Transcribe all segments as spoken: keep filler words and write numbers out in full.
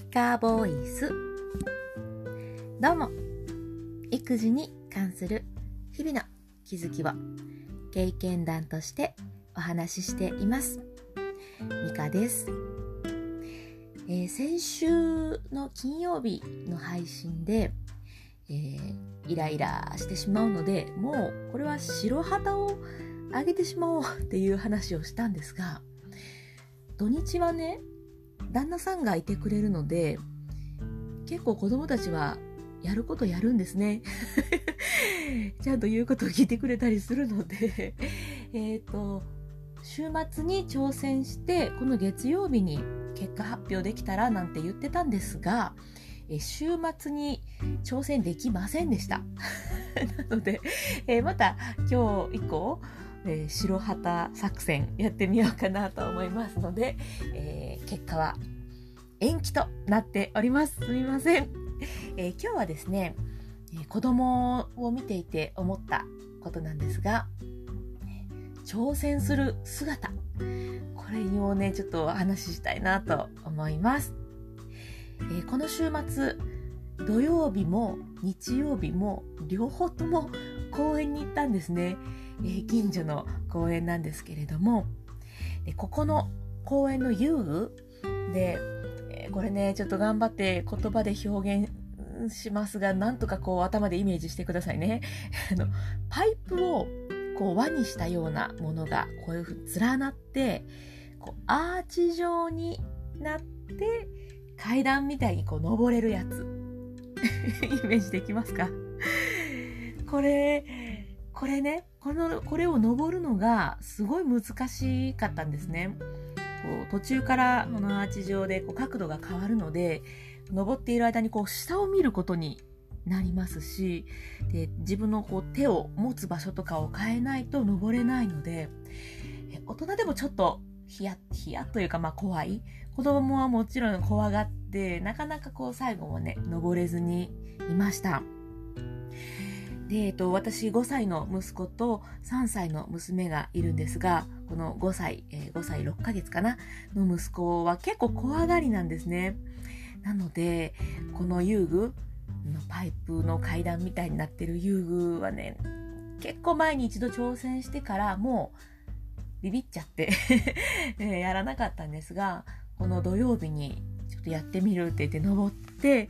カボイス。どうも、育児に関する日々の気づきを経験談としてお話ししていますミカです。えー、先週の金曜日の配信で、えー、イライラしてしまうので、もうこれは白旗をあげてしまおうっていう話をしたんですが、土日はね、旦那さんがいてくれるので、結構子供たちはやることやるんですねちゃんと言うことを聞いてくれたりするのでえっと週末に挑戦して、この月曜日に結果発表できたらなんて言ってたんですが、え週末に挑戦できませんでしたなので、えー、また今日以降、えー、白旗作戦やってみようかなと思いますので、えー、結果は延期となっております。すみません。えー、今日はですね、えー、子供を見ていて思ったことなんですが、挑戦する姿、これをねちょっとお話ししたいなと思います。えー、この週末土曜日も日曜日も両方とも公園に行ったんですね。えー、近所の公園なんですけれども、でここの公園の遊具で、えー、これねちょっと頑張って言葉で表現しますが、なんとかこう頭でイメージしてくださいねあのパイプをこう輪にしたようなものがこういうふうに連なって、こうアーチ状になって階段みたいにこう登れるやつイメージできますか？これこれねこのこれを登るのがすごい難しかったんですね。こう途中からこのアーチ状でこう角度が変わるので、登っている間にこう下を見ることになりますし、で自分のこう手を持つ場所とかを変えないと登れないので、大人でもちょっとヒヤッヒヤッというか、まあ怖い。子供はもちろん怖がってなかなかこう最後もね登れずにいました。で、えっと、私ごさいの息子とさんさいの娘がいるんですが、このごさい、えー、ごさいろっかげつかなの息子は結構怖がりなんですね。なのでこの遊具パイプの階段みたいになってる遊具はね、結構前に一度挑戦してからもうビビっちゃってやらなかったんですが、この土曜日にちょっとやってみるって言って登って、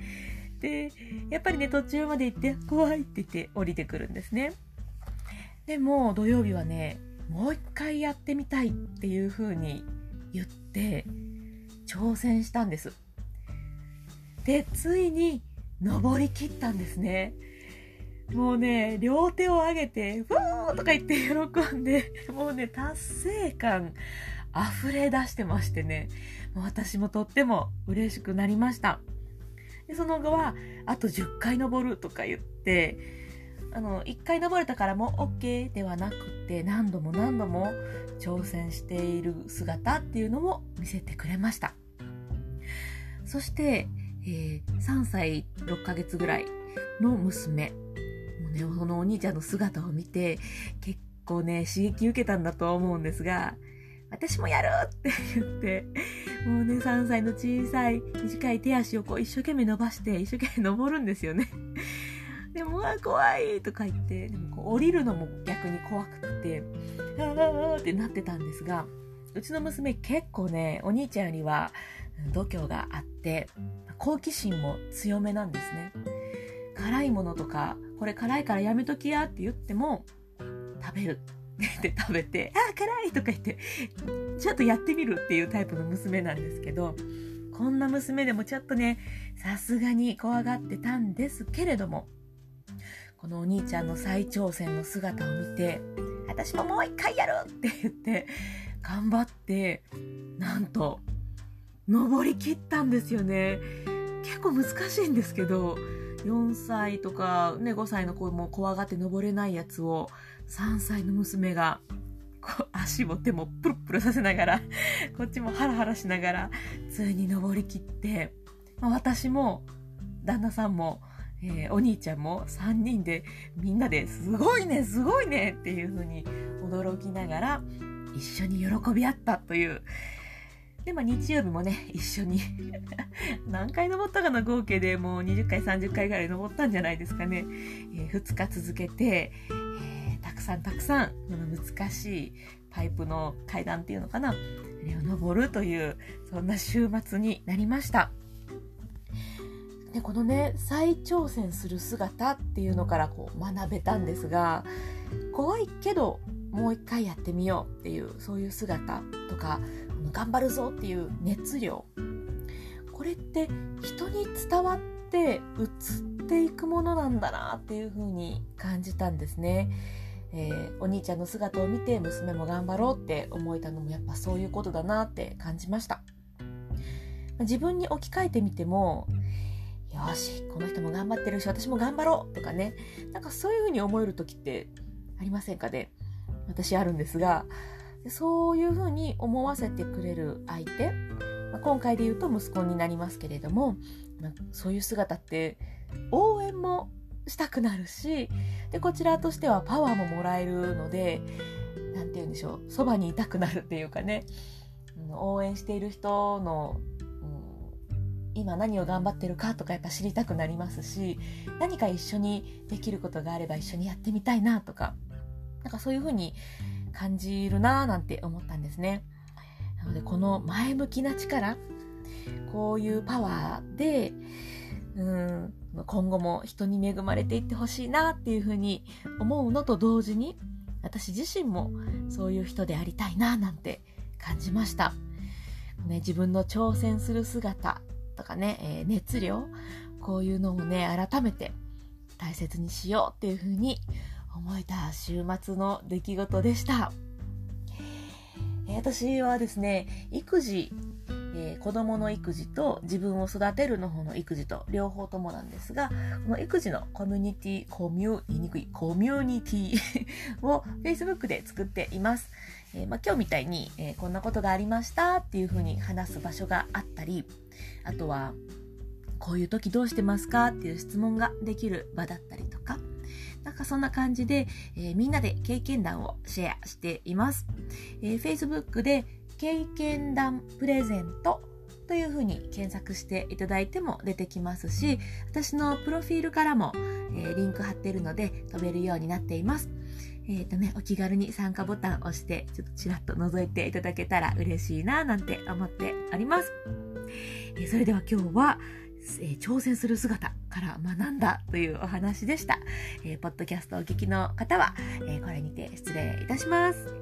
でやっぱりね途中まで行って怖いって言って降りてくるんですね。でも土曜日はね、もう一回やってみたいっていう風に言って挑戦したんです。でついに登り切ったんですね。もうね両手を上げてフーとか言って喜んで、もうね達成感溢れ出してましてね、もう私もとっても嬉しくなりました。でその後はあとじゅっかい登るとか言って、あのいっかい登れたからもう OK ではなくて、何度も何度も挑戦している姿っていうのも見せてくれました。そしてえー、さんさいろっかげつぐらいの娘もうね、そのお兄ちゃんの姿を見て結構ね刺激受けたんだと思うんですが、私もやるって言って、もうねさんさいの小さい短い手足をこう一生懸命伸ばして一生懸命登るんですよねでもあ怖いとか言って、でもこう降りるのも逆に怖くってあーってなってたんですが、うちの娘結構ねお兄ちゃんよりは度胸があって好奇心も強めなんですね。辛いものとかこれ辛いからやめときやって言っても食べるって食べて、あー辛いとか言ってちょっとやってみるっていうタイプの娘なんですけど、こんな娘でもちょっとねさすがに怖がってたんですけれども、このお兄ちゃんの再挑戦の姿を見て、私ももう一回やるって言って頑張って、なんと登り切ったんですよね。結構難しいんですけど、よんさいとか、ね、ごさいの子も怖がって登れないやつをさんさいの娘がこう足も手もプルプルさせながらこっちもハラハラしながらついに登り切って、まあ、私も旦那さんも、えー、お兄ちゃんもさんにんでみんなですごいねすごいねっていう風に驚きながら一緒に喜び合ったという、 で、まあ、日曜日もね一緒に何回登ったかな、合計でもうにじゅっかいさんじゅっかいぐらい登ったんじゃないですかね、えー、ふつか続けて、えー、たくさんたくさん難しいパイプの階段っていうのかな、あれを登るというそんな週末になりました。でこのね再挑戦する姿っていうのからこう学べたんですが、怖いけどもう一回やってみようっていうそういう姿とか、頑張るぞっていう熱量、これって人に伝わって移っていくものなんだなっていう風に感じたんですね。えー、お兄ちゃんの姿を見て娘も頑張ろうって思えたのもやっぱそういうことだなって感じました。自分に置き換えてみても、よしこの人も頑張ってるし私も頑張ろうとかね、なんかそういう風に思える時ってありませんかね。私あるんですが、そういう風に思わせてくれる相手、今回で言うと息子になりますけれども、そういう姿って応援もしたくなるし、でこちらとしてはパワーももらえるので、なんて言うんでしょう、そばにいたくなるっていうかね、応援している人の、うん、今何を頑張ってるかとかやっぱ知りたくなりますし、何か一緒にできることがあれば一緒にやってみたいなとか、なんかそういう風に感じるなぁなんて思ったんですね。なのでこの前向きな力、こういうパワーでうん今後も人に恵まれていってほしいなっていう風に思うのと同時に、私自身もそういう人でありたいななんて感じました、ね、自分の挑戦する姿とかね、えー、熱量、こういうのもね改めて大切にしようっていう風に思えた週末の出来事でした。えー、私はですね、育児、えー、子供の育児と自分を育てるの方の育児と両方ともなんですが、この育児のコミュニティ、コミュ、言いにくい、コミュニティを Facebook で作っています。えーまあ、今日みたいに、えー、こんなことがありましたっていう風に話す場所があったり、あとはこういう時どうしてますかっていう質問ができる場だったりとか、なんかそんな感じで、えー、みんなで経験談をシェアしています。えー、Facebook で経験談プレゼントという風に検索していただいても出てきますし、私のプロフィールからも、えー、リンク貼っているので飛べるようになっています。えーとね、お気軽に参加ボタンを押してちょっとちらっと覗いていただけたら嬉しいななんて思っております。えー、それでは今日はえー、挑戦する姿から学んだというお話でした。えー、ポッドキャストをお聞きの方は、えー、これにて失礼いたします。